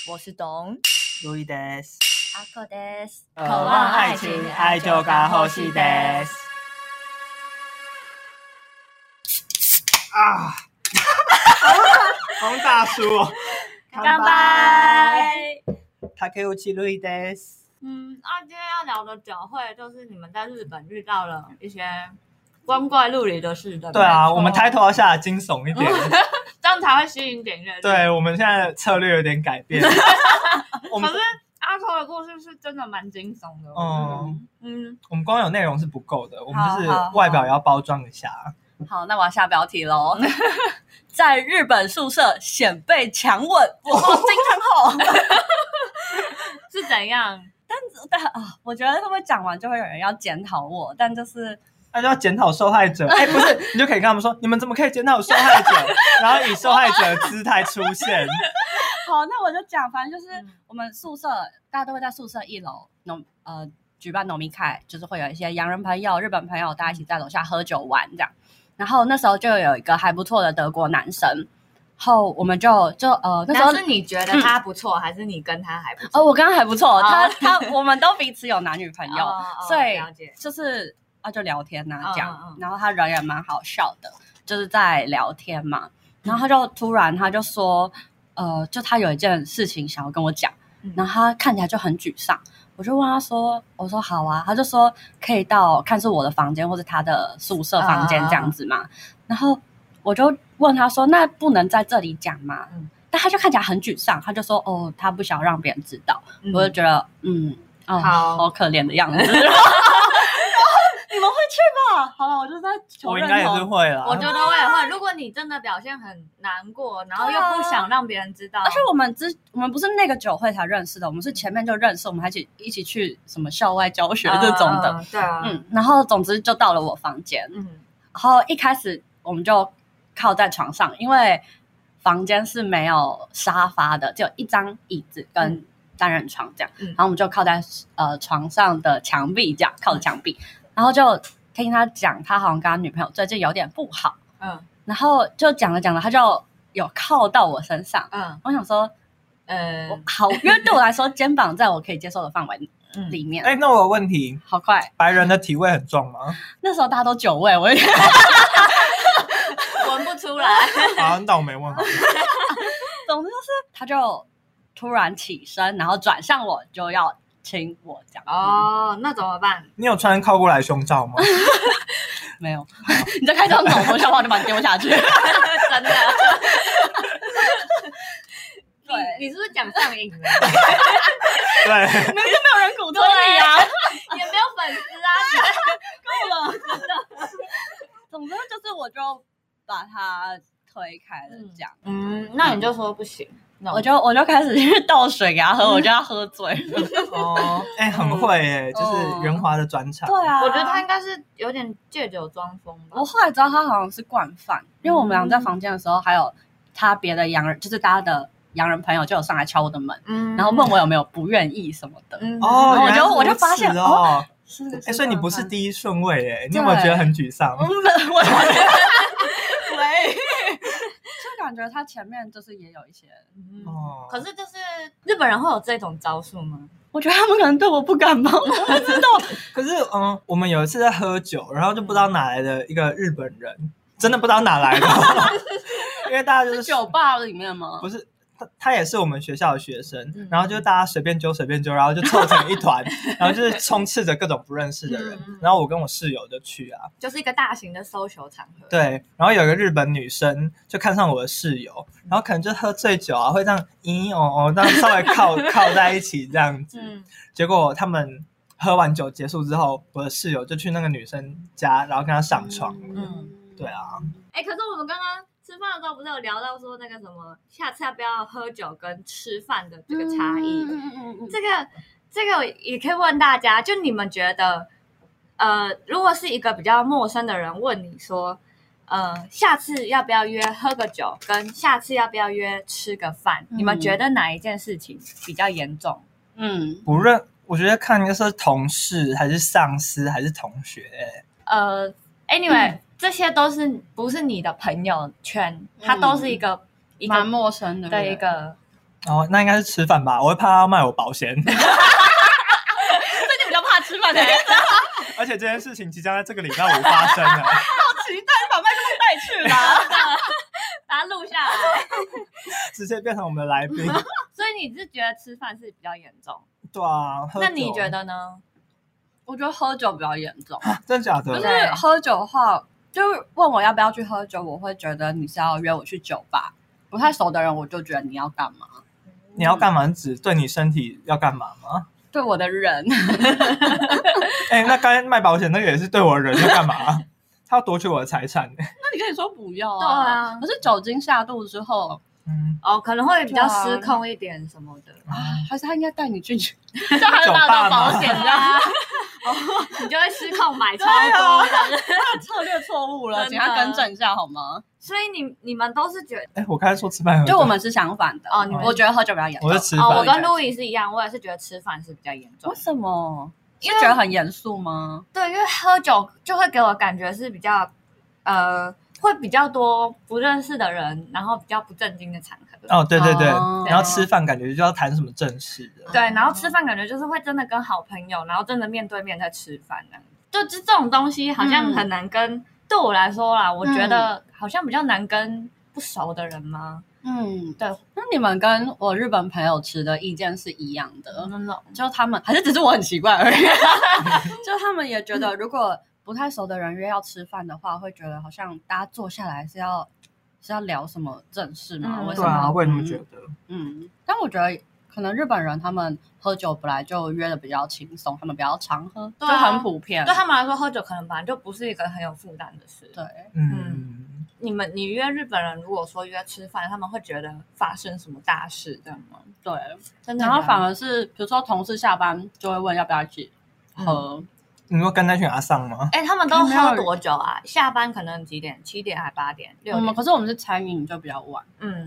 我是董路易德斯， 阿克德斯， 渴望爱情，爱就该呼吸德斯。啊！好像大叔哦！ 干杯！ 他可以有路易德斯。 今天要聊的酒会就是你们在日本遇到了一些光怪陆离的事的。 对啊，我们title要下得惊悚一点， 这样才会吸引点阅。 对，我们现在的策略有点改变。 可是阿扣的故事是真的蛮惊悚的。 我们光有内容是不够的，我们就是外表也要包装一下。 好，那我要下标题喽。在日本宿舍险被强吻，我惊叹号是怎样？但我觉得会不会讲完就会有人要检讨我，但就是那就要检讨受害者。不是，你就可以跟他们说，你们怎么可以检讨受害者？然后以受害者的姿态出现。 好，那我就讲，反正就是我们宿舍大家都会在宿舍一楼举办农民会，就是会有一些洋人朋友、日本朋友，大家一起在楼下喝酒玩这样。然后那时候就有一个还不错的德国男生，后我们就那时候是你觉得他不错，还是你跟他还不错？ 我跟他还不错，他我们都彼此有男女朋友，所以就是就聊天这样，然后他人也蛮好笑的，就是在聊天嘛，然后他就突然他就说就他有一件事情想要跟我讲，然后他看起来就很沮丧。我就问他说，我说好啊，他就说可以到看是我的房间或是他的宿舍房间这样子嘛。然后我就问他说，那不能在这里讲吗？但他就看起来很沮丧，他就说他不想让别人知道。我就觉得好可怜的样子。你们会去吧？好了，我就在求认同。 我应该也是会啦。 我觉得我也会。如果你真的表现很难过，然后又不想让别人知道， 而且我们不是那个酒会才认识的，我们是前面就认识，我们还一起去什么校外教学这种的。 对啊， 然后总之就到了我房间，然后一开始我们就靠在床上，因为房间是没有沙发的，只有一张椅子跟单人床这样，然后我们就靠在床上的墙壁这样，靠着墙壁。然后就听他讲，他好像跟他女朋友最近有点不好，然后就讲着讲着，他就有靠到我身上，我想说，好，因为对我来说，肩膀在我可以接受的范围里面。 那我有问题， 好快， 白人的体味很重吗？ 那时候大家都酒味，我有点闻不出来。 好，那我没问好。 总之就是，他就突然起身，然后转向我，就要亲我这样。 那怎么办？ 你有穿靠过来胸罩吗？ 没有。你再开这种恐怖笑话，就把你丢下去。真的。 对， 你是不是讲上瘾了？ 对， 就没有人鼓吹你啊， 也没有粉丝啊， 够了，真的。总之就是，我就把他推开了，这样。 那你就说不行。 我就开始去倒水给他喝，我就要喝醉了。 很会耶，就是圆滑的转场。 对啊， 我觉得他应该是有点借酒装疯吧。 我后来知道他好像是惯犯，因为我们俩在房间的时候，还有他别的洋人，就是大家的洋人朋友就有上来敲我的门，然后问我有没有不愿意什么的。然后我就发现所以你不是第一顺位耶，你有没有觉得很沮丧？ 就感觉他前面就是也有一些可是就是日本人会有这种招数吗？ 我觉得他们可能对我不感冒，我不知道。 可是我们有一次在喝酒，然后就不知道哪来的一个日本人，真的不知道哪来的。因为大家就是酒吧里面吗？ 不是，他也是我们学校的学生，然后就大家随便揪，然后就凑成一团，然后就是充斥着各种不认识的人，然后我跟我室友就去啊， 就是一个大型的 social 场合。 对，然后有一个日本女生就看上我的室友，然后可能就喝醉酒啊，会这样这样稍微靠在一起这样子。结果他们喝完酒结束之后，我的室友就去那个女生家，然后跟她上床。对啊。 可是我们刚刚吃饭的时候不是有聊到说那个什么，下次要不要喝酒跟吃饭的这个差异？这个也可以问大家，就你们觉得，如果是一个比较陌生的人问你说，下次要不要约喝个酒，跟下次要不要约吃个饭，你们觉得哪一件事情比较严重？ 我觉得看的是同事还是上司还是同学。 anyway。这些都是不是你的朋友圈，它都是一个蛮陌生的一个哦，那应该是吃饭吧，我会怕他要卖我保险。 所以你比较怕吃饭的人。 而且这件事情即将在这个礼拜5发生了。好期待把麦克风带去啦， 把它录下来， 直接变成我们的来宾。 所以你是觉得吃饭是比较严重？ 对啊， 那你觉得呢？ 我觉得喝酒比较严重。 真的假的？ 就是喝酒的话，就问我要不要去喝酒，我会觉得你是要约我去酒吧。不太熟的人，我就觉得你要干嘛？ 你要干嘛？指对你身体要干嘛吗？ 对我的人。 那刚才卖保险那个也是对我的人要干嘛？他要夺取我的财产。 那你可以说不要啊。 对啊。 可是酒精下肚之后， 可能会比较失控一点什么的。 还是他应该带你进去，这样还是拿到保险这样。 你就会失控买超多的。 策略错误了，请他更正一下好吗？ 所以你们都是觉得， 我刚才说吃饭喝酒， 就我们是相反的哦。我觉得喝酒比较严重， 我是吃饭。 我跟路易是一样，我也是觉得吃饭是比较严重。 为什么？是觉得很严肃吗？ 对，因为喝酒就会给我感觉是比较会比较多不认识的人，然后比较不正经的场合。 对，然后吃饭感觉就要谈什么正事的。 对，然后吃饭感觉就是会真的跟好朋友，然后真的面对面在吃饭这样。就这种东西好像很难跟。对我来说啦，我觉得好像比较难跟不熟的人吗？对。 那你们跟我日本朋友持的意见是一样的？就他们还是只是我很奇怪而已。就他们也觉得，如果不太熟的人约要吃饭的话，会觉得好像大家坐下来是要聊什么正事嘛？为什么？ 对啊，我也这么觉得。 但我觉得可能日本人他们喝酒本来就约的比较轻松，他们比较常喝，就很普遍。 对他们来说，喝酒可能本来就不是一个很有负担的事。 对， 你约日本人，如果说约吃饭，他们会觉得发生什么大事，这样吗？ 对，真的。然后反而是比如说同事下班就会问要不要一起喝。 你说跟那群阿桑吗？ 他们都喝多久啊？下班可能几点？7点还8点？6点？ 可是我们是餐饮就比较晚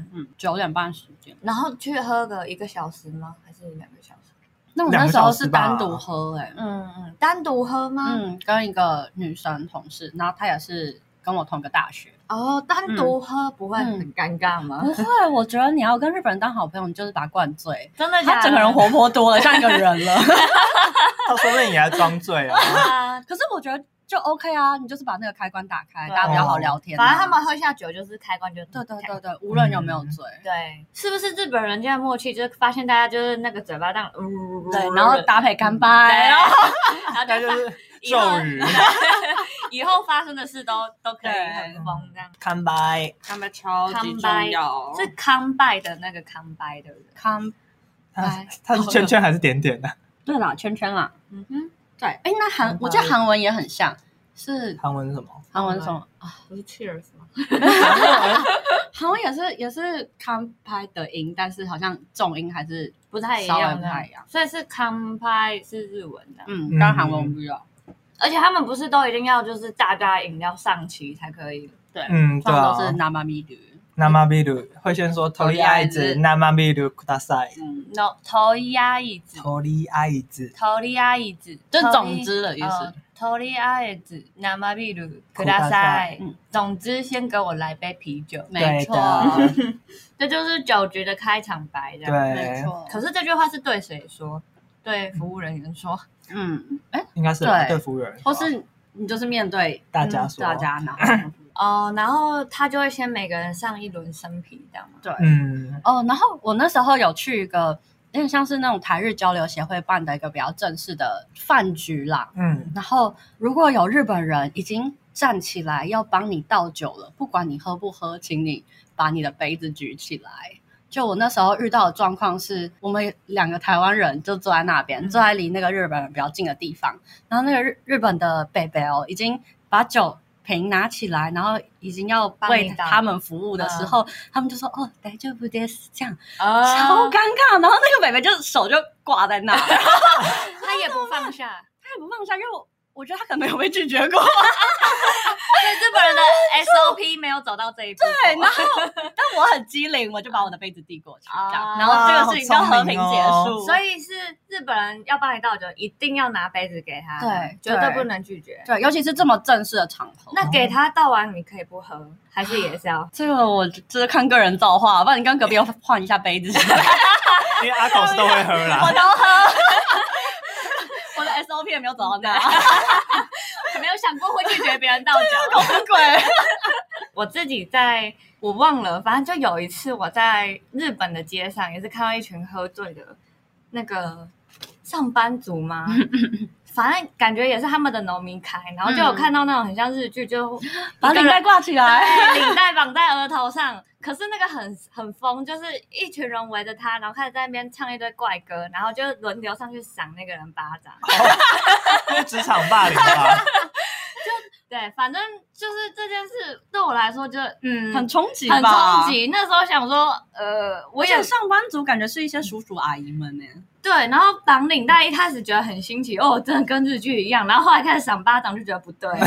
，9点半10点。 然后去喝个1个小时吗？还是2个小时？ 那我那时候是单独喝单独喝吗？ 跟一个女生同事，然后她也是跟我同个大学。 单独喝不会很尴尬吗？ 不会，我觉得你要跟日本人当好朋友，你就是把他灌醉， 真的假的？ 他整个人活泼多了，像一个人了。 他说不定也在装醉啊。 可是我觉得就 OK 啊，你就是把那个开关打开，大家比较好聊天。 反正他们喝下酒就是开关就对，无论有没有醉。 对，是不是日本人这样默契，就是发现大家就是那个嘴巴这样， 对，然后搭配干杯，然后就是咒语。 以后发生的事都可以很疯这样。 干杯， 干杯超级重要， 是康拜的那个康拜对不对？ 康拜，它是圈圈还是点点的？ 对啦，圈圈啦。对，那我记得韩文也很像，是韩文是什么？ 韩文什么啊？不是 Cheers 吗？ 韩文也是康拍的音，但是好像重音还是不太一样，所以是康拍是日文的， 跟韩文不一样。 而且他们不是都一定要就是大家饮料上齐才可以？ 对，通常都是生ビール。 生ビール会先说とりあえず生ビールください。 no，とりあえず。 とりあえず。 とりあえず， 就总之的意思。 とりあえず生ビールください。总之，先给我来杯啤酒。 没错， 这就是酒局的开场白，这样。 没错。 可是这句话是对谁说？对服务人员说。 应该是对服务员， 或是你就是面对大家说， 大家然后他就会先每个人上一轮生啤，这样吗？ 对，然后我那时候有去一个有点像是那种台日交流协会办的一个比较正式的饭局啦，然后如果有日本人已经站起来要帮你倒酒了，不管你喝不喝，请你把你的杯子举起来。就我那时候遇到的状况是，我们2个台湾人就坐在那边，坐在离那个日本人比较近的地方，然后那个日本的伯伯已经把酒瓶拿起来，然后已经要为他们服务的时候，他们就说大丈夫です这样，超尴尬。然后那个伯伯就手就挂在那， 他也不放下， 因为我觉得他可能没有被拒绝过。 所以日本人的 SOP 没有走到这一步。 对，然后但我很机灵，我就把我的杯子递过去，这样，然后这个事情就和平结束。 所以是日本人要帮你倒酒，一定要拿杯子给他， 对， 绝对不能拒绝。 对，尤其是这么正式的场合。 那给他倒完，你可以不喝，还是也是要？ 这个我就是看个人造化，不然你跟隔壁换一下杯子。 因为阿狗是都会喝啦， 我都喝。我的 SOP 也没有走到那， 没有想过会拒绝别人倒酒， 搞什么鬼？ 我自己我忘了，反正就有一次我在日本的街上，也是看到一群喝醉的那个上班族嘛，反正感觉也是他们的农民开，然后就有看到那种很像日剧，就把领带挂起来， 领带绑在额头上。可是那个很疯，就是一群人围着他，然后开始在那边唱一堆怪歌，然后就轮流上去赏那个人巴掌。 因为职场霸凌吧。 对，反正就是这件事对我来说就很冲击吧， 很冲击。那时候想说，我也上班族感觉是一些叔叔阿姨们呢。 对，然后绑领带一开始觉得很新奇，真的跟日剧一样，然后后来开始赏巴掌就觉得不对。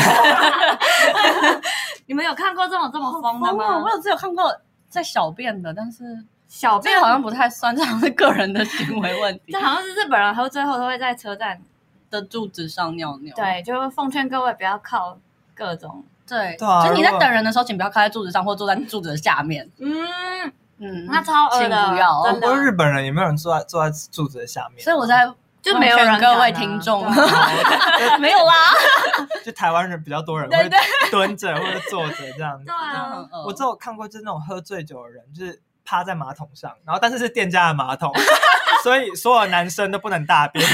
你们有看过这么疯的吗？ 我只有看过在小便的，但是小便好像不太算，这好像是个人的行为问题。 这好像是日本人喝醉后都会在车站的柱子上尿尿。 对，就奉劝各位不要靠各种。 对，就是你在等人的时候，请不要靠在柱子上或坐在柱子的下面。 那超恶的， 不要。 不过日本人也没有人坐在柱子的下面， 所以我在就没有人各位听众没有啦。 就台湾人比较多人会蹲着或者坐着这样子。 对啊， 我只有看过就是那种喝醉酒的人，就是趴在马桶上，然后但是是店家的马桶，所以所有男生都不能大便。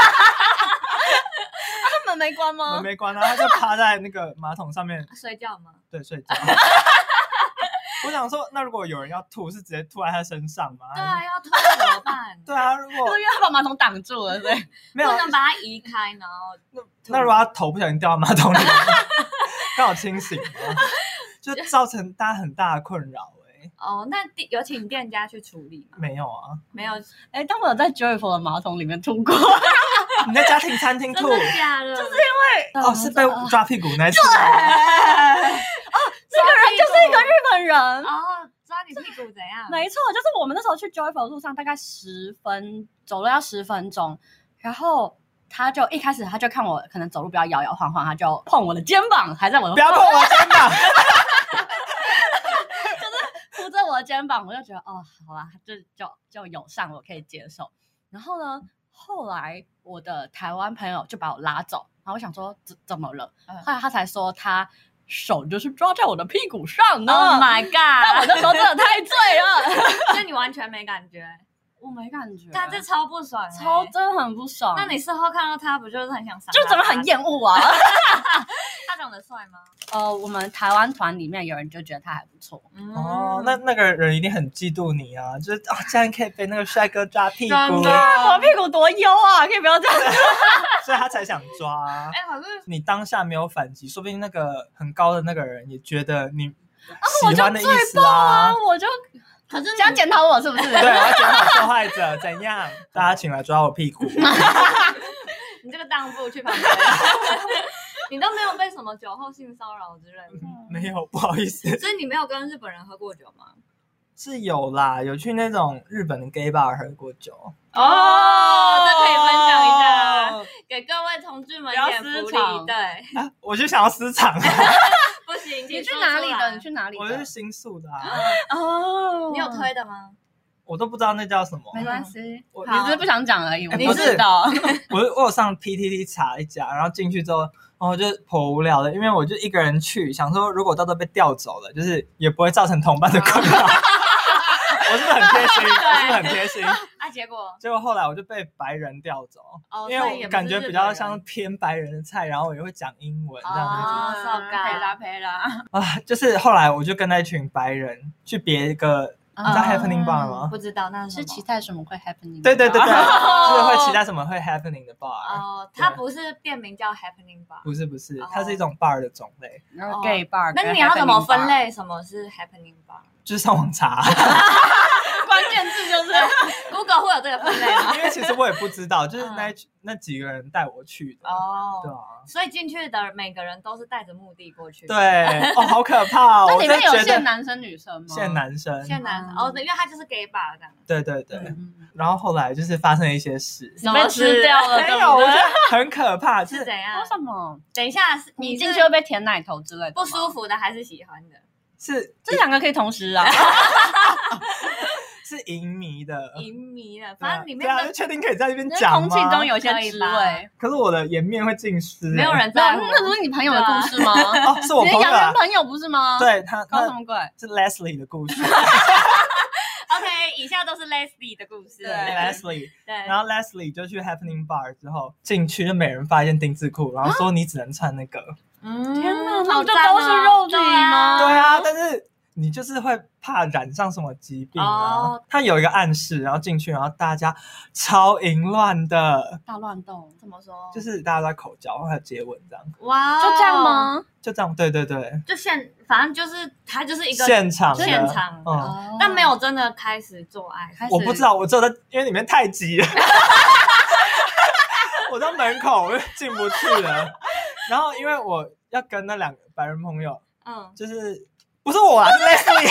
门没关吗？ 门没关啊，他就趴在那个马桶上面睡觉吗？ 对，睡觉。我想说，那如果有人要吐，是直接吐在他身上吗？ 对啊，要吐怎么办？ 对啊，如果因为他把马桶挡住了，对， 没有不能把它移开，然后那如果他头不小心掉到马桶里，刚好清醒了，就造成大家很大的困扰。 那有请店家去处理吗？ 没有啊， 没有。 但我有在 Joyful 的马桶里面吐过。 你在家庭餐厅吐？ 真的假的？ 就是因为是被抓屁股那次。 这个人就是一个日本人。 抓你屁股怎样？ 没错，就是我们那时候去 Joyful 路上，大概走路要10分钟，然后他就一开始他就看我可能走路比较摇摇晃晃，他就碰我的肩膀，还在我的不要碰我的肩膀。 扶着我的肩膀，我就觉得好啦，就友善，我可以接受。然后呢，后来我的台湾朋友就把我拉走，然后我想说怎么了？后来他才说他手就是抓在我的屁股上呢。 Oh my god！ 但我那时候真的太醉了， 所以你完全没感觉。 我没感觉， 但这超不爽， 真的很不爽。 那你事后看到他，不就是很想杀他？ 就整个很厌恶啊。 他长得帅吗？ 我们台湾团里面有人就觉得他还不错。 那个人一定很嫉妒你啊！就是竟然可以被那个帅哥抓屁股， 我屁股多优啊！可以不要这样子。 所以他才想抓啊。 可是你当下没有反击，说不定那个很高的那个人也觉得你喜欢的意思啊。 我就可是想检讨我是不是？ 对，我要检讨受害者怎样？大家请来抓我屁股。 你这个荡妇去旁边。你都没有被什么酒后性骚扰之类的？ 没有，不好意思。 所以你没有跟日本人喝过酒吗？ 是有啦，有去那种日本的 gay bar 喝过酒。 这可以分享一下，给各位同志们一点福利。对， 我就想要私藏。 不行， 你去哪里的？你去哪里的？ 我是新宿的啊。 你有推的吗？ 我都不知道那叫什么。 没关系，你只是不想讲而已。 你知道。 我有上 PTT 查一家，然后进去之后，我就颇无聊的，因为我就一个人去，想说如果到时候被调走了，就是也不会造成同伴的困扰。我是不是很贴心？我是不是很贴心？结果后来我就被白人调走，因为我感觉比较像偏白人的菜，然后我也会讲英文这样子。 陪啦。 就是后来我就跟那一群白人去别一个。你知道 happening bar 吗？ 不知道，那是期待什么会 happening？ 对，就是会期待什么会 happening 的 bar。 它不是变名叫 happening bar。 不是，它是一种 bar 的种类。 然后 gay bar。 那你要怎么分类？什么是 happening bar？ 就是上网查。 关键字就是 Google 会有这个分类吗？ 因为其实我也不知道，就是那几个人带我去的哦，对啊， 所以进去的每个人都是带着目的过去。 对，哦，好可怕哦！ 那里面有限男生女生吗？ 限男生哦，因为他就是 gay bar 这样。 对对对，然后后来就是发生了一些事， 你被吃掉了， 没有，我觉得很可怕， 是怎样？ 为什么？ 等一下， 你进去会被舔奶头之类的， 不舒服的还是喜欢的？ 是这两个可以同时啊。 是淫迷的， 反正里面就确定可以在这边讲吗？ 空气中有些滋味， 可是我的颜面会浸湿， 没有人在乎。 那不是你朋友的故事吗？ 哦，是我朋友， 你的洋人朋友不是吗？ 对他搞什么鬼？ 是 Leslie 的故事。 OK， 以下都是 Leslie 的故事。 对 ，Leslie， 对， 然后 Leslie 就去 Happening Bar 之后进去，就每人发一件丁字裤，然后说你只能穿那个。 天哪，那不就都是肉体吗？ 对啊，但是你就是会怕染上什么疾病啊。他有一个暗示，然后进去，然后大家超淫乱的， 大乱斗， 怎么说？ 就是大家都在口交，还有接吻这样。 哇， 就这样吗？ 就这样，对对对， 就反正就是他就是一个现场， 但没有真的开始做爱。 我不知道，我只有在因为里面太挤了，我在门口我就进不去了。然后因为我要跟那两个白人朋友，就是不是我啦，是 Leslie，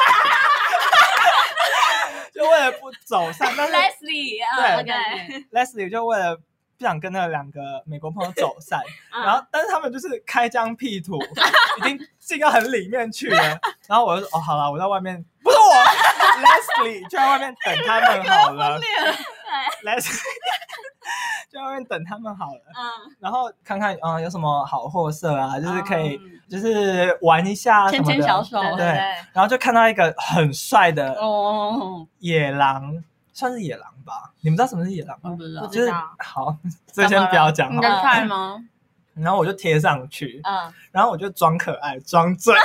就为了不走散，但是 Leslie 对 Leslie 就为了不想跟那两个美国朋友走散，然后但是他们就是开疆辟土，已经进到很里面去了。然后我就说好了，我在外面，不是我 Leslie 就在外面等他们好了。Leslie 就在外面等他们好了，然后看看有什么好货色啊，就是可以就是玩一下什么的， 牵牵小手， 对。然后就看到一个很帅的野狼，算是野狼吧？你们知道什么是野狼吗？ 不知道， 就是好，这先不要讲。 你的菜吗？ 然后我就贴上去，然后我就装可爱，装醉。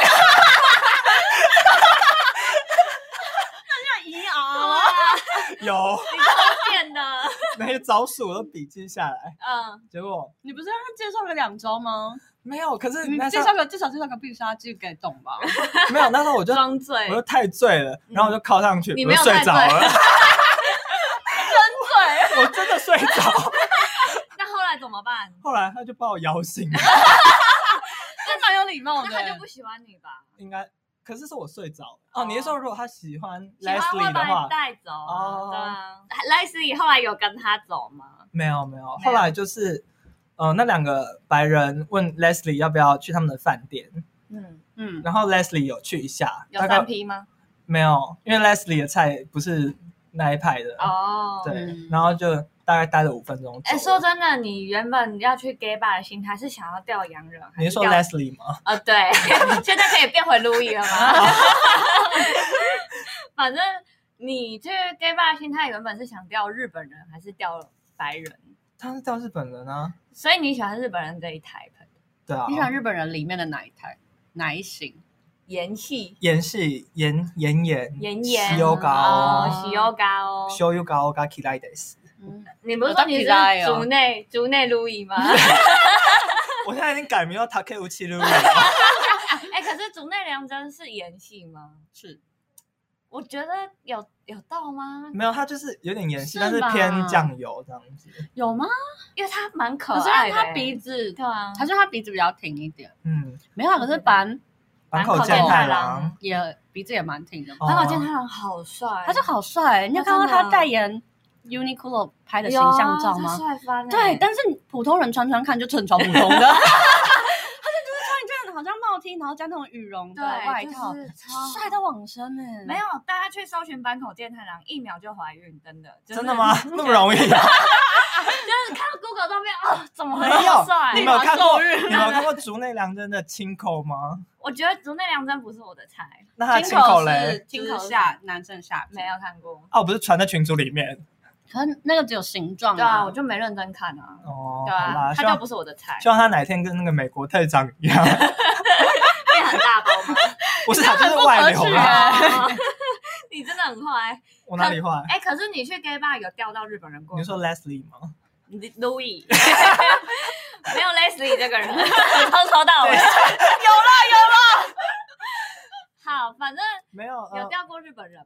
有， 你超贱的， 那些招数我都笔记下来。结果你不是让他介绍了2周吗？ 没有，可是你至少介绍个必杀技给懂吧？ 没有，那时候我就装醉， 我就太醉了，然后我就靠上去， 你没有睡着了， 真醉， 我真的睡着。 那后来怎么办？ 后来他就把我摇醒了， 这蛮有礼貌的。 那他就不喜欢你吧？ 应该。可是我睡着哦。你是说如果他喜欢 Leslie 的话， 带走对啊。Leslie 后来有跟他走吗？ 没有，后来就是那两个白人问 Leslie 要不要去他们的饭店，然后 Leslie 有去一下， 有3P 吗？ 没有，因为 Leslie 的菜不是那一派的对，然后就大概待了5分钟。 说真的，你原本要去 gay bar 的心态是想要钓洋人， 你是说 Leslie 吗？ 对，现在可以变回 Louis 了吗？反正你去 gay bar 的心态原本是想钓日本人还是钓白人？ 他是钓日本人啊， 所以你喜欢日本人这一 type？ 对啊， 你喜欢日本人里面的哪一型？ 演戏、 演塩高が嫌いです。 你不是说你是竹内 Louis 吗？ 我现在已经改名到 Takeuchi Louis 了。 可是竹内良真是演戏吗？ 是， 我觉得有到吗？ 没有，他就是有点演戏，但是偏酱油这样子。 有吗？ 因为他蛮可爱的， 可是他鼻子， 对啊， 还是他鼻子比较挺一点。没有，可是坂口健太郎也鼻子也蛮挺的。 坂口健太郎好帅， 他就好帅。你有看到他代言 Uniqlo 拍的形象照吗？ 帅翻对，但是普通人穿看就超普通的。好像帽 T， 然后加那种羽绒的外套，帅到往生哎！ 没有，大家去搜寻坂口健太郎，1秒就怀孕，真的。 真的吗？那么容易啊？ 就是看到 Google 照片，怎么会那么帅？ 你没有看过竹内良真的亲口吗？ 我觉得竹内良真不是我的菜。 那他亲口嘞？ 亲口男生下没有看过。 我不是传在群组里面。 可是那个只有形状对啊，我就没认真看啊。对啊，他就不是我的菜。 希望他哪天跟那个美国队长一样， 变很大包吗？ 不是，他就是外流啊。 你真的很坏。 我哪里坏？ 可是你去 gay bar 有钓到日本人过？ 你说 Leslie 吗 ？Louis 没有 Leslie 这个人，从头到尾有了。好，反正没有钓过日本人吗？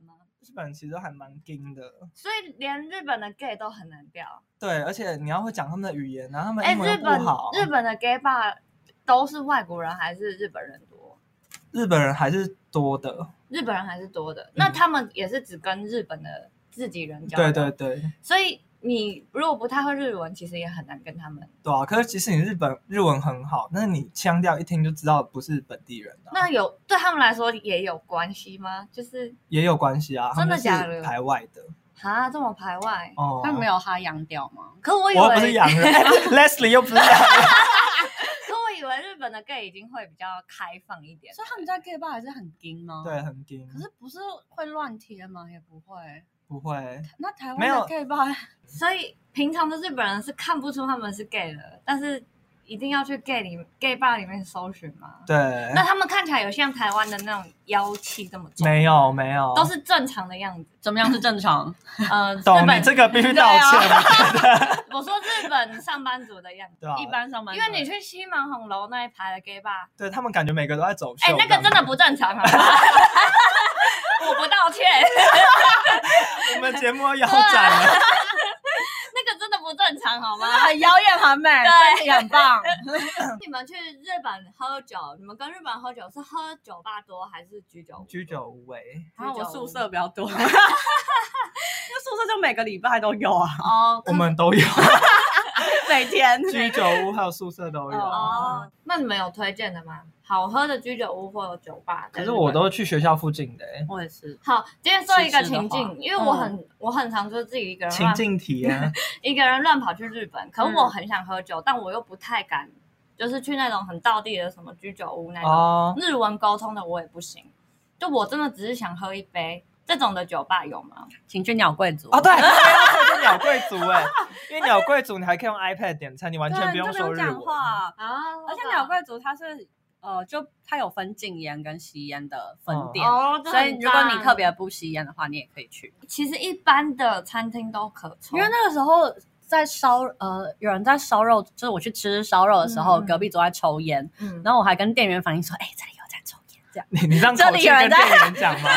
日本人其实都还蛮硬的， 所以连日本的 gay 都很难钓。 对，而且你要会讲他们的语言，然后他们英文又不好。 日本的 gay bar 都是外国人还是日本人多？ 日本人还是多的。 那他们也是只跟日本的自己人交流。 对。 所以你如果不太会日文，其实也很难跟他们。 对啊，可是其实你日文很好，但是你腔调一听就知道不是本地人啊。 那对他们来说也有关系吗？就是也有关系啊， 真的假的？ 排外的啊，这么排外？ 哦， 他没有哈洋调吗？ 可我以为我不是洋人，Leslie 又不是洋人。 可我以为日本的 gay 已经会比较开放一点， 所以他们在 gay bar 还是很硬吗？ 对，很硬。 可是不是会乱贴吗？也不会。 不会。 那台湾的 gay bar， 所以平常的日本人是看不出他们是 gay 的，但是一定要去 gay bar 里面搜寻吗？ 对。 那他们看起来有像台湾的那种妖气这么重？ 没有， 都是正常的样子。 怎么样是正常？ 懂，你这个必须道歉。 我说日本上班族的样子， 对啊， 一般上班族。 因为你去西门红楼那一排的 gay bar， 对他们感觉每个都在走秀。 那个真的不正常啊！我不道歉。 我们节目要腰斩了。 那个真的不正常好吗？ 很妖艳很美，对，很棒。 你们去日本喝酒，你们跟日本人喝酒是喝酒吧多还是居酒屋？ 居酒屋然后我宿舍比较多，因为宿舍就每个礼拜都有啊。 我们都有。 每天居酒屋还有宿舍都有。 那你们有推荐的吗？好喝的居酒屋或者酒吧？ 可是我都去学校附近的。 我也是。 好，今天说一个情境，因为我很常就是自己一个人情境题啊， 一个人乱跑去日本，可是我很想喝酒，但我又不太敢，就是去那种很道地的什么居酒屋那种，日文沟通的我也不行，就我真的只是想喝一杯。这种的酒吧有吗？ 请去鸟贵族。 对，要去鸟贵族因为鸟贵族你还可以用 iPad 点餐，你完全不用说日文啊。而且鸟贵族它是就它有分禁烟跟吸烟的分店，所以如果你特别不吸烟的话，你也可以去。 其实一般的餐厅都可抽， 因为那个时候在有人在烧肉，就是我去吃烧肉的时候，隔壁桌在抽烟，然后我还跟店员反映说，这里有在抽烟，这样。 你让口气跟店员讲吗？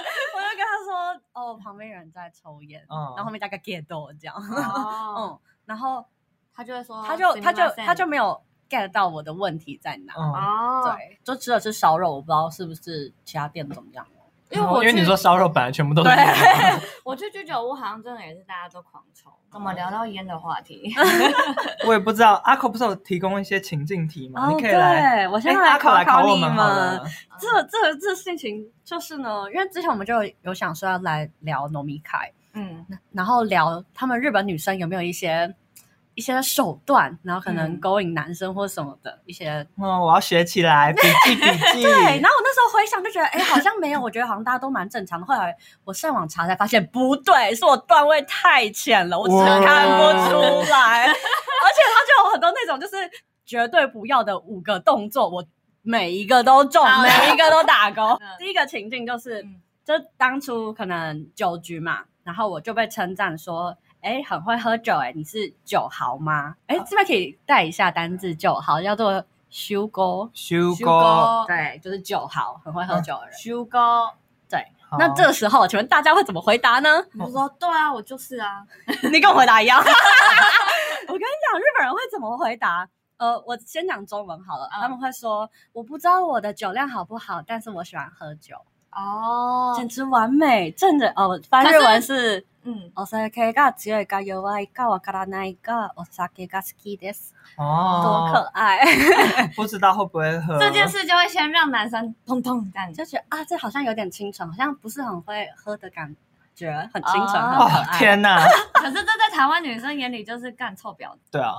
旁边有人在抽烟，然后后面加个 get 这样，然后他就会说， 他就没有 get 到我的问题在哪，对，就吃了吃烧肉，我不知道是不是其他店怎么样。 因为你说烧肉本来全部都是我去居酒屋好像真的也是大家都狂抽。怎么聊到烟的话题？ 我也不知道。阿口不是有提供一些情境题吗？你可以来，我现在来考你们。这事情就是呢，因为之前我们就有想说要来聊农米凯，然后聊他们日本女生有没有一些手段，然后可能勾引男生或什么的一些。 我要学起来，笔记。 对，然后我那时候回想就觉得，好像没有，我觉得好像大家都蛮正常的。后来我上网查才发现不对，是我段位太浅了，我真的看不出来。而且他就有很多那种就是绝对不要的5个动作，我每一个都中，每一个都打勾。第一个情境就是，就当初可能酒局嘛，然后我就被称赞说，很会喝酒，你是酒豪吗？这边可以带一下单字酒豪，叫做修哥，对，就是酒豪，很会喝酒的人。 修哥， 对。那这个时候，请问大家会怎么回答呢？ 我说对啊，我就是啊， 你跟我回答一样。我跟你讲，日本人会怎么回答？我先讲中文好了，他们会说，我不知道我的酒量好不好，但是我喜欢喝酒。简直完美。正着翻日文是お酒が強いか弱いかわからないがお酒が好きです。多可爱。 不知道会不会喝这件事，就会先让男生通通这样， 就觉得这好像有点清纯，好像不是很会喝的感觉，很清纯，很可爱。 天哪！ 可是这在台湾女生眼里就是干臭婊子。 对啊。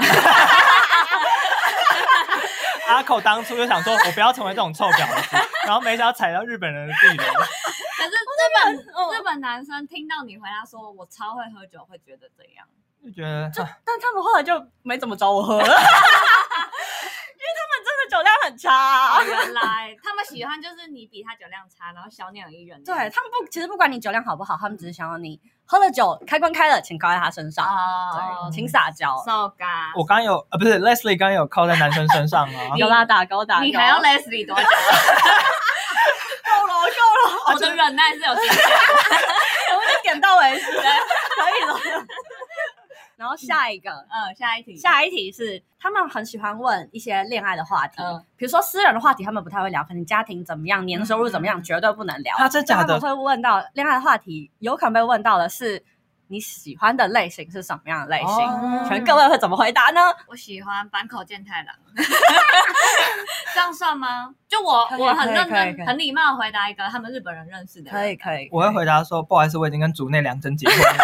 对。 阿口当初就想说，我不要成为这种臭婊子，然后没想到踩到日本人的地雷。 可是日本男生听到你回答说我超会喝酒，会觉得怎样？ 就觉得， 但他们后来就没怎么找我喝了，因为他们真的酒量很差。 原来他们喜欢就是你比他酒量差，然后小鸟依人。 对，他们其实不管你酒量好不好，他们只是想要你喝了酒，开关开了，请靠在他身上，对，请撒娇。 我刚有不是 Leslie 刚有靠在男生身上啊， 有啦，打勾， 你还要 Leslie 多久？ 够了。 我的忍耐是有极限的， 我们就点到为止，可以了。然后下一题是他们很喜欢问一些恋爱的话题，比如说私人的话题他们不太会聊，可能家庭怎么样，年收入怎么样，绝对不能聊。 真假的？ 他们会问到恋爱的话题，有可能被问到的是你喜欢的类型是什么样的类型？全各位会怎么回答呢？ 我喜欢坂口健太郎，这样算吗？就我很认真、很礼貌的回答一个他们日本人认识的人。 可以。 我会回答说，不好意思，我已经跟竹内良真结婚了。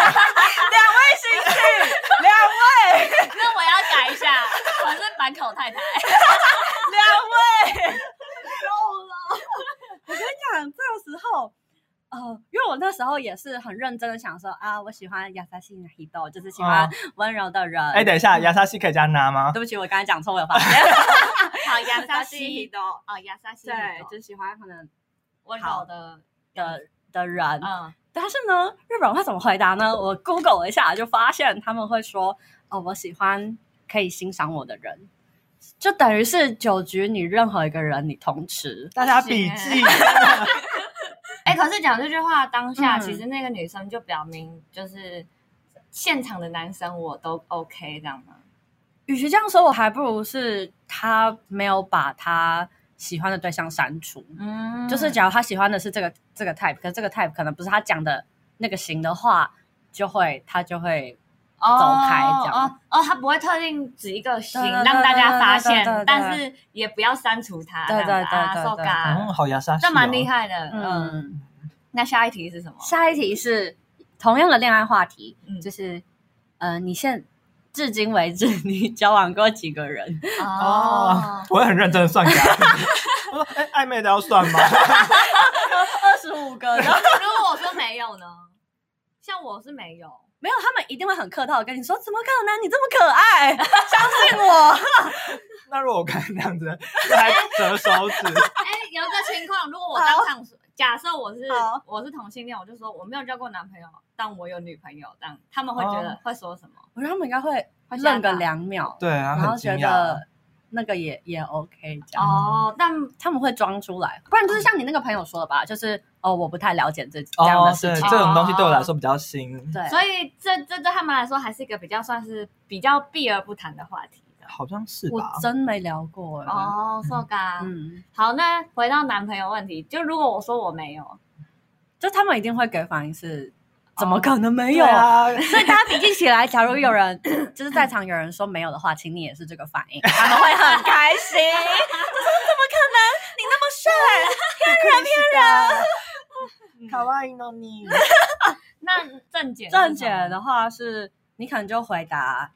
2位， 那我要改一下，我是坂口太太。2 位，够了。我跟你讲，这个时候，因为我那时候也是很认真的想说啊，我喜欢優しい人，就是喜欢温柔的人。 等一下，優しい可以加拿吗？ 对不起，我刚才讲错，我有发现。 好，優しい人，優しい人， 对，就是喜欢可能温柔的人。但是呢，日本人会怎么回答呢？我 Google 了一下，就发现他们会说：“我喜欢可以欣赏我的人。”就等于是酒局，你任何一个人你通吃。 大家笔记。 可是讲这句话当下，其实那个女生就表明，就是现场的男生我都 OK 这样吗？ 与其这样说，我还不如是他没有把他喜欢的对象删除，就是假如他喜欢的是这个 type， 可是这个 type 可能不是他讲的那个型的话，他就会走开这样。 他不会特定指一个型让大家发现，但是也不要删除他。 对， 好優しい， 这蛮厉害的。那下一题是什么？ 下一题是同样的恋爱话题，就是你至今为止你交往过几个人？ 我会很认真的算给他。我说暧昧的要算吗 ？25个。然后如果我说没有呢？像我是没有， 他们一定会很客套的跟你说，怎么可能？你这么可爱，相信我。 那如果我看那样子，还折手指。 有个情况，如果我当场说，假设我是同性恋，我就说我没有交过男朋友，但我有女朋友，这样他们会觉得会说什么？ 我觉得他们应该会愣个2秒， 对啊， 然后觉得那个也 OK 这样。但他们会装出来，不然就是像你那个朋友说的吧，就是我不太了解这样的事情， 这种东西对我来说比较新。 对， 所以这对他们来说还是一个比较算是比较避而不谈的话题。 好像是吧， 我真没聊过。 so ga。好，那回到男朋友问题，就如果我说我没有， 就他们一定会给反应是怎么可能没有？所以大家笔记起来，假如有人就是在场有人说没有的话，请你也是这个反应，他们会很开心。就说怎么可能？你那么帅，骗人！ 可愛いのに。 那正解的话是，你可能就回答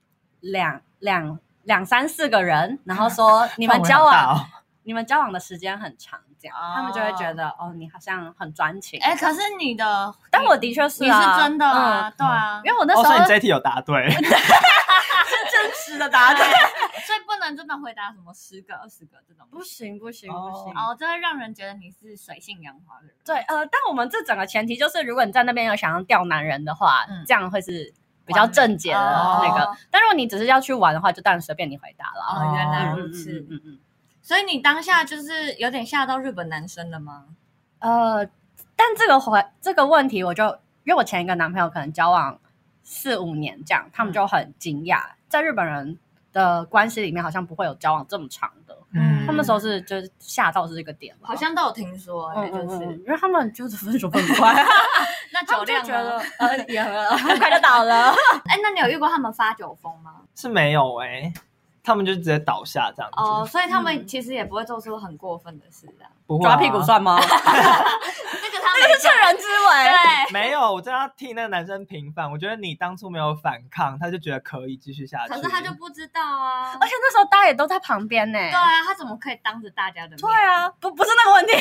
两三四个人，然后说你们交往的时间很长，这样他们就会觉得你好像很专情。 可是你的， 但我的确是你是真的啊，对啊， 因为我那时候所以你这一题有答对，是真实的答对， 所以不能真的回答什么10个20个这种， 不行， 这会让人觉得你是水性杨花的人。 对，但我们这整个前提就是，如果你在那边有想要钓男人的话，这样会是比较正解的那个。但如果你只是要去玩的话，就当然随便你回答了。 原来如此。所以你当下就是有点吓到日本男生了吗？ 但这个问题，我就因为我前一个男朋友可能交往4-5年这样，他们就很惊讶，在日本人的关系里面好像不会有交往这么长的。他们那时候就是吓到是这个点了， 好像都有听说，就是因为他们就是分手很快。 那酒量觉得也很快就倒了。 那你有遇过他们发酒疯吗？ 是没有他们就直接倒下这样子。 所以他们其实也不会做出很过分的事这样。 不会抓屁股算吗？那个是趁人之危。 对， 没有，我真的要替那个男生平反。我觉得你当初没有反抗，他就觉得可以继续下去。 可是他就不知道啊， 而且那时候大家也都在旁边呢。 对啊，他怎么可以当着大家的面？ 对啊，不是那个问题。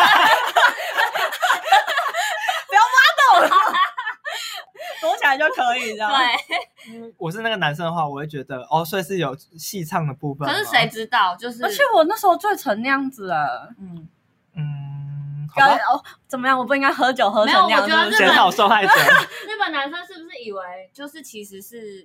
不要挖洞了。躲起来就可以，这样。 对， 我是那个男生的话，我会觉得所以是有戏唱的部分。 可是谁知道？就是， 而且我那时候醉成那样子了。怎么样？我不应该喝酒喝成那样子。 检讨受害者。 日本男生是不是以为就是其实是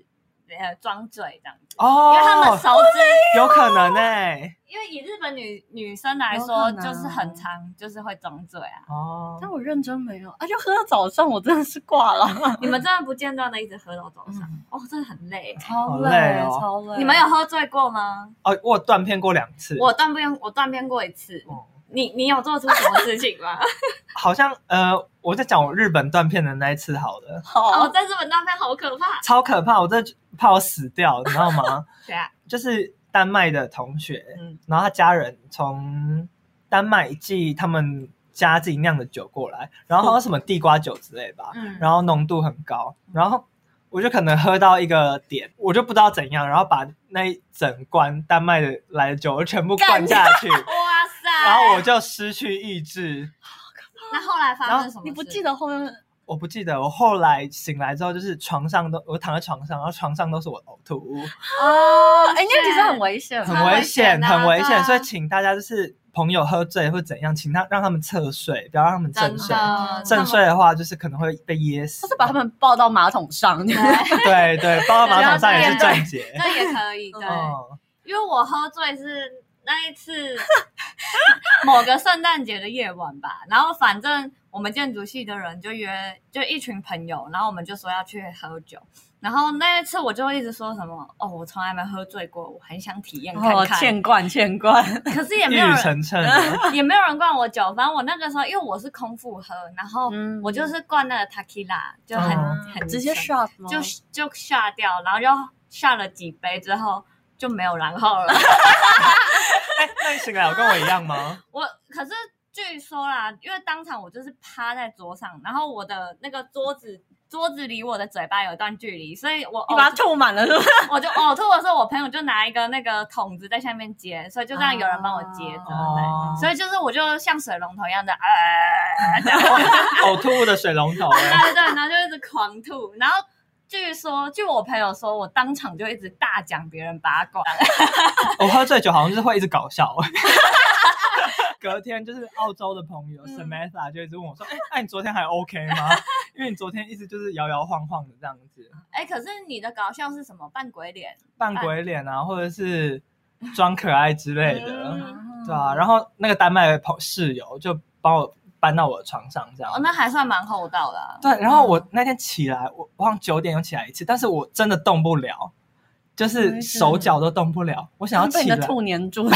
装醉这样子。 哦， 因为他们手指有可能因为以日本女生来说，就是很常就是会装醉啊。 哦，但我认真没有，就喝到早上，我真的是挂了。 你们真的不间断的一直喝到早上，真的很累， 超累，超累。 你们有喝醉过吗？ 哦，我有断片过2次。 我断片过1次。你有做出什么事情吗？ 好像我在讲我日本断片的那一次好了。 在日本断片好可怕， 超可怕，我真的怕我死掉，你知道吗？ 对啊， 就是丹麦的同学，然后他家人从丹麦寄他们家自己酿的酒过来，然后好像什么地瓜酒之类吧，然后浓度很高，然后我就可能喝到一个点，我就不知道怎样，然后把那一整罐丹麦的来的酒全部灌下去，哇塞！然后我就失去意志。 那后来发生什么事？ 你不记得后面？ 我不记得，我后来醒来之后，就是我躺在床上，然后床上都是我的呕吐物。 那其实很危险， 很危险，很危险。所以请大家就是朋友喝醉或怎样，请让他们侧睡，不要让他们正睡。正睡的话，就是可能会被噎死。 或是把他们抱到马桶上。 对对，抱到马桶上也是正解。 那也可以，对。因为我喝醉是那一次某个圣诞节的夜晚吧，然后反正我们建筑系的人就一群朋友，然后我们就说要去喝酒，然后那一次我就一直说什么我从来没喝醉过，我很想体验看看。 欠灌， 可是也没有人也没有人灌我酒，反正我那个时候因为我是空腹喝，然后我就是灌那个 tequila 就很直接 shot 吗？ 就下掉，然后就下了几杯之后就没有然后了。 那你醒来有跟我一样吗？ 可是据说啦，因为当场我就是趴在桌上，然后我的那个桌子离我的嘴巴有一段距离，所以你把它吐满了是不是？ 我就呕吐的时候，我朋友就拿一个那个桶子在下面接，所以就这样有人帮我接着，所以就是我就像水龙头一样的呕吐的水龙头。 对，然后就一直狂吐，然后据我朋友说，我当场就一直大讲别人八卦。 我喝醉酒好像就是会一直搞笑。隔天就是澳洲的朋友 Samantha 就一直问我说：“你昨天还 OK 吗？因为你昨天一直就是摇摇晃晃的这样子。” 可是你的搞笑是什么？扮鬼脸啊，或者是装可爱之类的，对啊。然后那个丹麦的室友就帮我搬到我的床上，这样。 那还算蛮厚道的啊。 对，然后我那天起来，我好像9点又起来一次，但是我真的动不了，就是手脚都动不了。我想要起来， 被你的吐黏住。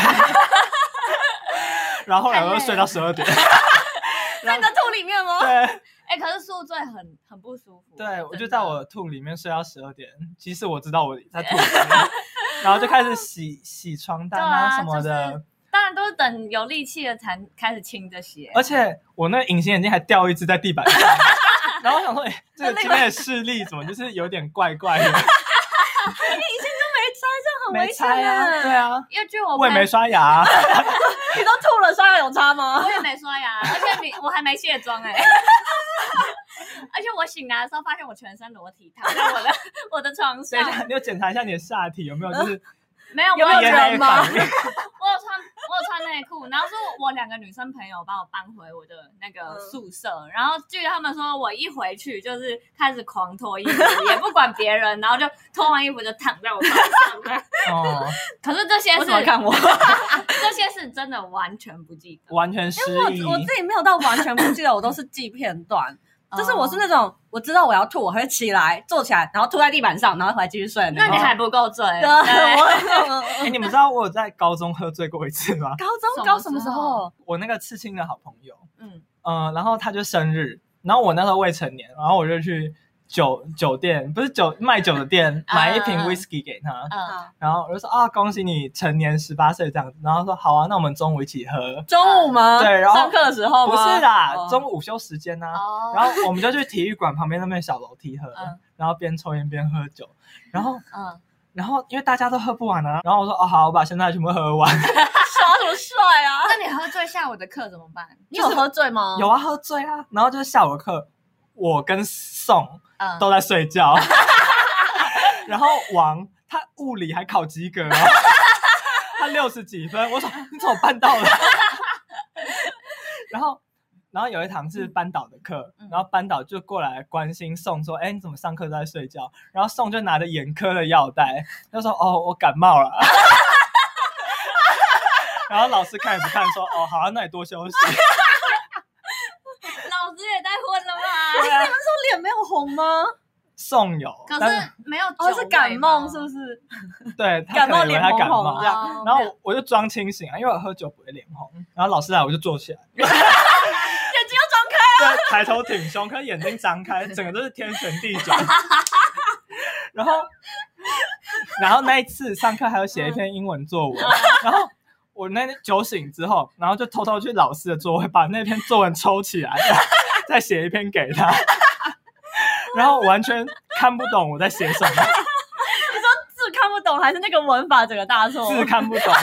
然后后来我又睡到12点。 在你的吐里面吗？ 对。 可是宿醉很不舒服。 对，我就在我的吐里面睡到12点，即使我知道我在吐里面，然后就开始洗床单啊什么的。 当然都是等有力气了才开始清这些。 而且我那个隐形眼镜还掉一只在地板上。然后我想说，这个今天的视力怎么就是有点怪怪的？ 你以前就没擦，这样很危险啊！对啊， 因为我也没刷牙。 你都吐了，刷牙有擦吗？ 我也没刷牙，而且我还没卸妆而且我醒来的时候发现我全身裸体躺在我的床上。 等一下，你有检查一下你的下体有没有就是没有？ 有没有人吗？ 我有穿内裤，然后是我2个女生朋友把我搬回我的那个宿舍，然后据他们说，我一回去就是开始狂脱衣服，也不管别人，然后就脱完衣服就躺在我床上。可是这些为什么看我？ 这些是真的完全不记得， 完全失忆。 我自己没有到完全不记得，我都是记片段。就是我是那种我知道我要吐，我会起来坐起来，然后吐在地板上，然后回来继续睡。 那你还不够醉。 你们知道我有在高中喝醉过一次吗？ 高什么时候？ 我那个刺青的好朋友，然后他就生日，然后我那时候未成年，然后我就去酒店，不是卖酒的店，买一瓶 whisky 给他，然后我就说恭喜你成年18岁这样子，然后说好啊，那我们中午一起喝。 中午吗？ 对，然后上课的时候吗？ 不是啦，中午午休时间啊。然后我们就去体育馆旁边那边小楼梯喝，然后边抽烟边喝酒，然后因为大家都喝不完啊，然后我说好，我把现在全部喝完。 耍什么帅啊？ 那你喝醉下午的课怎么办？ 你有喝醉吗？ 有啊，喝醉啊。然后就是下午的课，我跟宋都在睡觉。然后王他物理还考及格，他60几分，我说你怎么办到了？然后然后有一堂是班导的课，然后班导就过来关心宋说：“哎，你怎么上课都在睡觉？”然后宋就拿着眼科的药袋，就说：“哦，我感冒了。”然后老师看也不看，说：“哦，好啊，那你多休息。” 老师也太混了吧？ 你们说脸没有红吗？ 宋有， 可是没有酒味是感冒是不是？ 对， 感冒脸红红这样。然后我就装清醒啊，因为我喝酒不会脸红。然后老师来，我就坐起来， 眼睛要张开啊， 对，抬头挺胸，可是眼睛张开，整个都是天旋地转。然后那一次上课还有写一篇英文作文，然后我那天酒醒之后，然后就偷偷去老师的座位，把那篇作文抽起来，再写一篇给他。然后完全看不懂我在写什么。你说字看不懂，还是那个文法整个大错？ 字看不懂。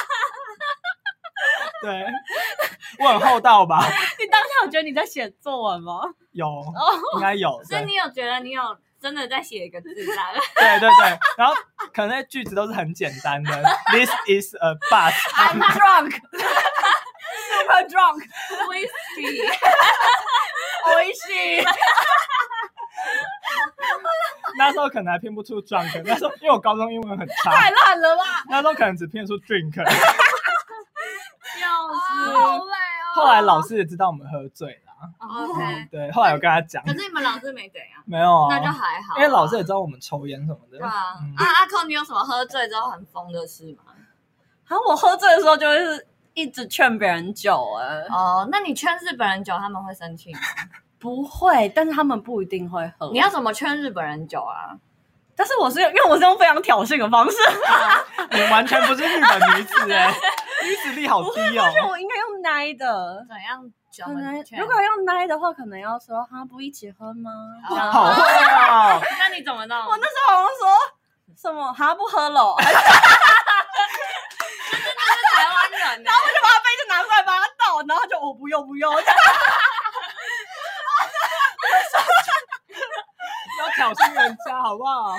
对，我很厚道吧？ 你当下有觉得你在写作文吗？ 有，应该有。 所以你有觉得你有真的在写一个字上？ 对对对，然后可能那句子都是很简单的。This is a bus. I'm drunk. Super drunk. Whiskey. おいしい。 那时候可能还拼不出 drunk， 那时候因为我高中英文很差， 太烂了吧？ 那时候可能只拼得出 drink。 笑死，好累哦。 后来老师也知道我们喝醉了。 OK， 对，后来我跟他讲。 可是你们老师没怎样？ 没有啊， 那就还好。 因为老师也知道我们抽烟什么的。 对啊，阿扣，你有什么喝醉之后很疯的事吗？ 我喝醉的时候就会是一直劝别人酒哦，那你劝日本人酒，他们会生气吗？ 不会，但是他们不一定会喝。 你要怎么劝日本人酒啊？ 但是因为我是用非常挑衅的方式。 你完全不是日本女子女子力好低哦。 我应该用奶的。 怎样？ 可能如果用奶的话，可能要说不一起喝吗？ 好会啊！ 那你怎么弄？ 我那时候好像说什么不喝了。 就是台湾人， 然后我就把杯子拿出来帮他倒，然后他就我不用。 要挑衅人家好不好？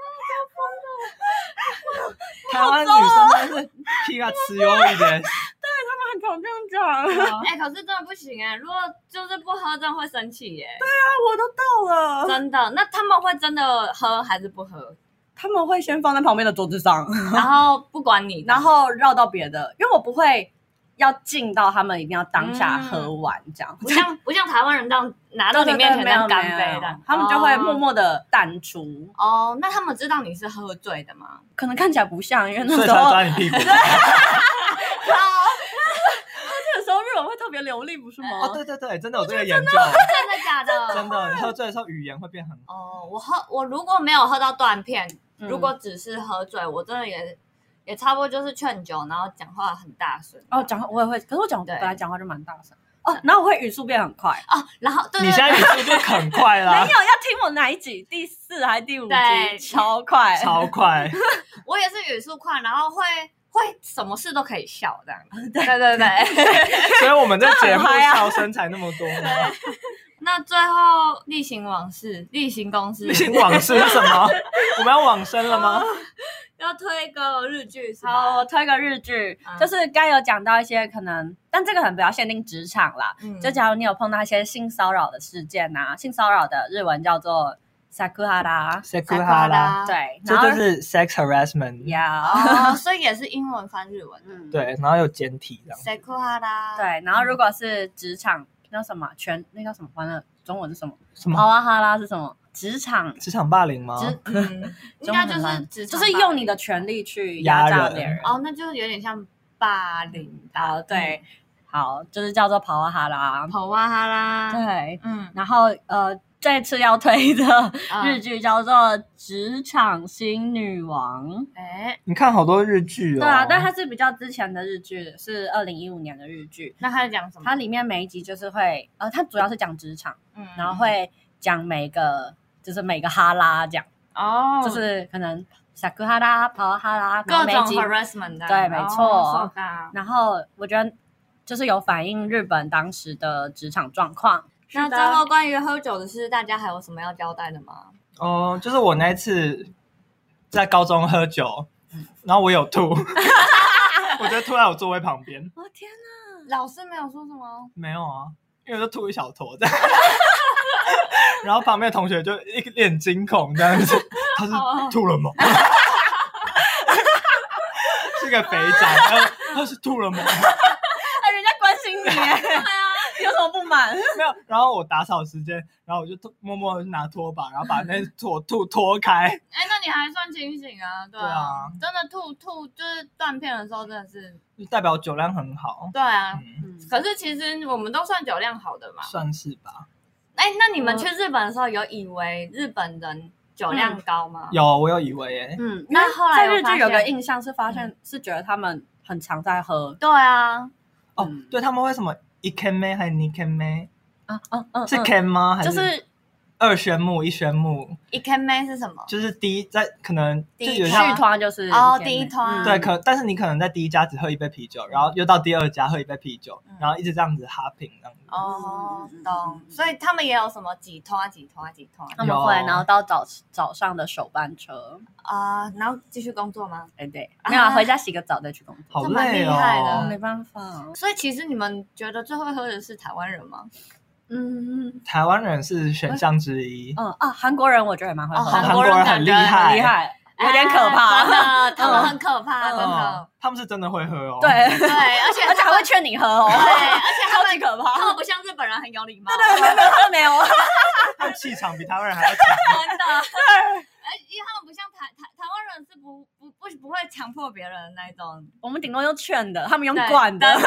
台湾女生真是屁啊吃油一点。 对，他们很常这样讲。 可是真的不行如果就是不喝，真的会生气耶。 对啊，我都到了。真的？ 那他们会真的喝还是不喝？ 他们会先放在旁边的桌子上， 然后不管你， 然后绕到别的，因为我不会要敬到他们一定要当下喝完这样， 不像台湾人这样拿到你面前这样干杯的， 他们就会默默的淡出。 哦，那他们知道你是喝醉的吗？ 可能看起来不像，因为那时候所以才抓你屁股。 喝醉的时候日文会特别流利，不是吗？ 哦，对对对，真的有这个研究。 真的假的？ 真的，你喝醉的时候语言会变很好。我如果没有喝到断片，如果只是喝醉，我真的也差不多就是劝酒，然后讲话很大声。 讲话我也会，可是我本来讲话就蛮大声。然后我会语速变很快。 然后对， 你现在语速就很快啦。 没有，要听我哪一集？第4还是第5集？超快， 超快。 我也是语速快，然后会什么事都可以笑这样。对。 所以我们这节目笑声才那么多。 那最后例行往事，例行公事。 例行往事是什么？我们要往生了吗？ 要推个日剧是吧？ 好，我推个日剧，就是刚有讲到一些可能，但这个可能不要限定职场啦。就假如你有碰到一些性骚扰的事件啊，性骚扰的日文叫做 Sakuhara。 对， 这就是 sex harassment。 所以也是英文翻日文。 对，然后有简体这样。 Sakuhara。 对，然后如果是职场，那什么那叫什么？完了，中文是什么？ 什么？ 帕瓦哈拉是什么？职场霸凌吗？ 应该就是用你的权力去压榨别人。 那就有点像霸凌吧。 对，好，就是叫做帕瓦哈拉。对，然后这次要推的日剧叫做《职场新女王》。 你看好多日剧哦。 对啊，但它是比较之前的日剧，是2015年的日剧。 那它在讲什么？ 它里面每一集就是会它主要是讲职场，然后会讲每个哈拉这样。就是可能萨库哈拉、帕瓦哈拉， 各种 harassment 的。 对，没错。然后我觉得就是有反映日本当时的职场状况。 那最后关于喝酒的事，大家还有什么要交代的吗？ 就是我那一次在高中喝酒，然后我有吐，我就吐在我座位旁边。 天哪！ 老师没有说什么？ 没有啊。 因为我就吐一小坨这样。然后旁边的同学就一脸惊恐这样子，他是吐了吗？是个肥宅，他是吐了吗？ 人家关心你耶，对啊，有什么不满？ 没有。然后我打扫时间，然后我就默默的拿拖把，然后把那拖开。 那你还算清醒啊？对啊，真的吐就是断片的时候，真的是就代表酒量很好。 对啊，可是其实我们都算酒量好的嘛， 算是吧。 那你们去日本的时候有以为日本人酒量高吗？ 有，我有以为耶。 那后来在日剧有个印象是发现是觉得他们很常在喝。 对啊， 对，他们为什么一 can 妹还是2 can 妹？是 can 吗？还是就是 2宣木1宣木？ 一 can 妹是什么？ 就是在可能就有续团就是第一团对，但是你可能在第一家只喝一杯啤酒，然后又到第二家喝一杯啤酒，然后一直这样子hopping这样子。 懂。所以他们也有什么几团？ 他们会，然后到早上的首班车然后继续工作吗？ 对，没有，回家洗个澡再去工作。 好累厉害的， 没办法。 所以其实你们觉得最会喝的是台湾人吗？ 台湾人是选项之一。 韩国人我觉得也蛮会喝， 韩国人很厉害， 有点可怕， 真的，他们很可怕，真的。 他们是真的会喝哦。 对， 而且还会劝你喝哦。 对，而且超级可怕。 他们不像日本人很有礼貌。 对，没有。 他们气场比台湾人还要强。 真的。对。因为他们不像台湾人是不会强迫别人的那种， 我们顶多用劝的，他们用灌的。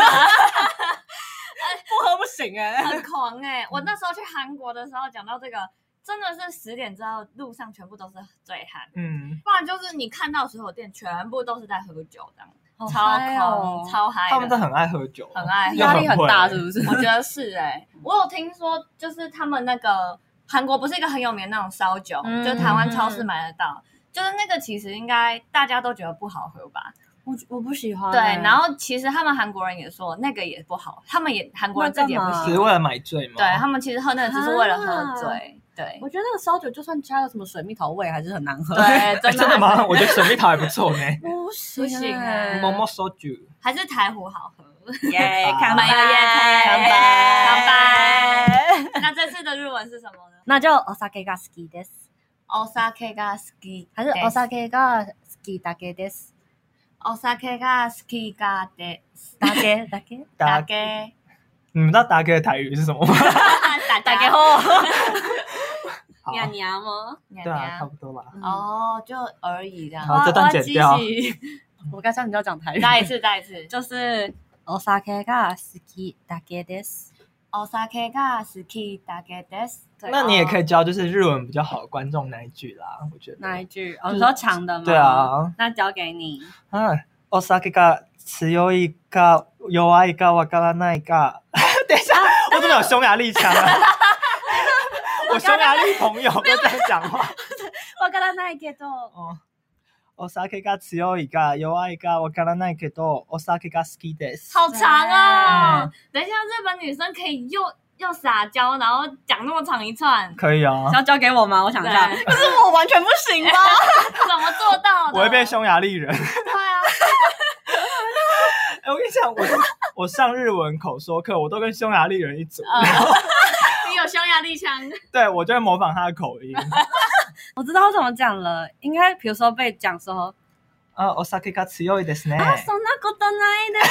不喝不行很狂我那时候去韩国的时候，讲到这个，真的是10点之后路上全部都是醉汉，不然就是你看到所有店全部都是在喝酒这样，超狂超嗨。 他们都很爱喝酒， 很爱， 压力很大，是不是？ 我觉得是我有听说，就是他们那个韩国不是一个很有名的那种烧酒，就台湾超市买得到，就是那个其实应该大家都觉得不好喝吧。 我不喜欢。 对，然后其实他们韩国人也说那个也不好，他们也韩国人自己也不喜欢， 只是为了买醉吗？ 对，他们其实喝那个只是为了喝醉。对， 我觉得那个烧酒就算加了什么水蜜桃味，还是很难喝。 对， 真的吗？我觉得水蜜桃还不错呢。 不行毛毛烧酒还是台湖好喝。 耶， 干杯！ 干杯！ 干杯！那这次的日文是什么呢？ 那就お酒が好きです。 お酒が好き还是お酒が好きだけです。 お酒が好きだけだけ。 你们知道打给的台语是什么吗？ 打给后。 娘娘吗？ 对啊，差不多吧。 就而已这样。 好，这段剪掉。 我刚才你就要讲台语。 再一次， 就是お酒が好きだけです。 お酒が好きだけです。 那你也可以教就是日文比较好的观众那一句啦，我觉得。 那一句？你说长的吗？ 对啊。 那交给你。 お酒が強いか弱いかわからないか。等一下，我怎么有匈牙利腔啊？我匈牙利朋友都这样讲话。 わからないけど。 お酒が強いか弱いかわからないけど、お酒が好きです。 好长啊！等一下，日本女生可以又撒娇，然后讲那么长一串。 可以啊。 要交给我吗？我想一下。可是我完全不行吧？ 怎么做到的？ 我会变匈牙利人。 对啊。 我跟你讲，我上日文口说课，我都跟匈牙利人一组。 你有匈牙利腔？ 对，我就会模仿他的口音。 我知道怎么讲了，应该比如说被讲说， お酒が強いですね。 そんなことないです。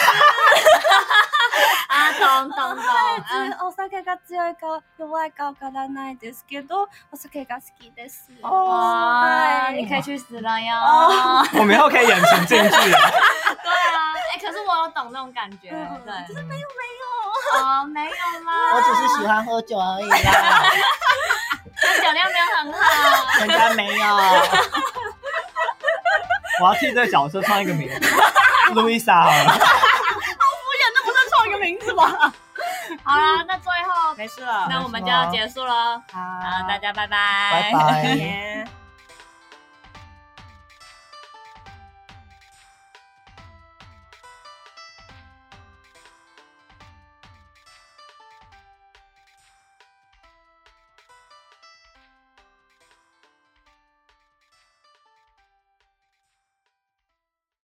懂。 お酒が強いか弱いかわからないですけど、お酒が好きです。 你可以去死了哟。 我们以后可以演情境剧。 对啊，可是我有懂那种感觉，对。 就是没有。 没有啦。 我只是喜欢喝酒而已啦。 酒量没有很好。 人家没有。我要替这个角色创一个名字，路易莎好了。 好敷衍，那不是创一个名字吗？ 好啦，那最后没事了， 那我们就要结束了。 好， 大家拜拜。 拜拜。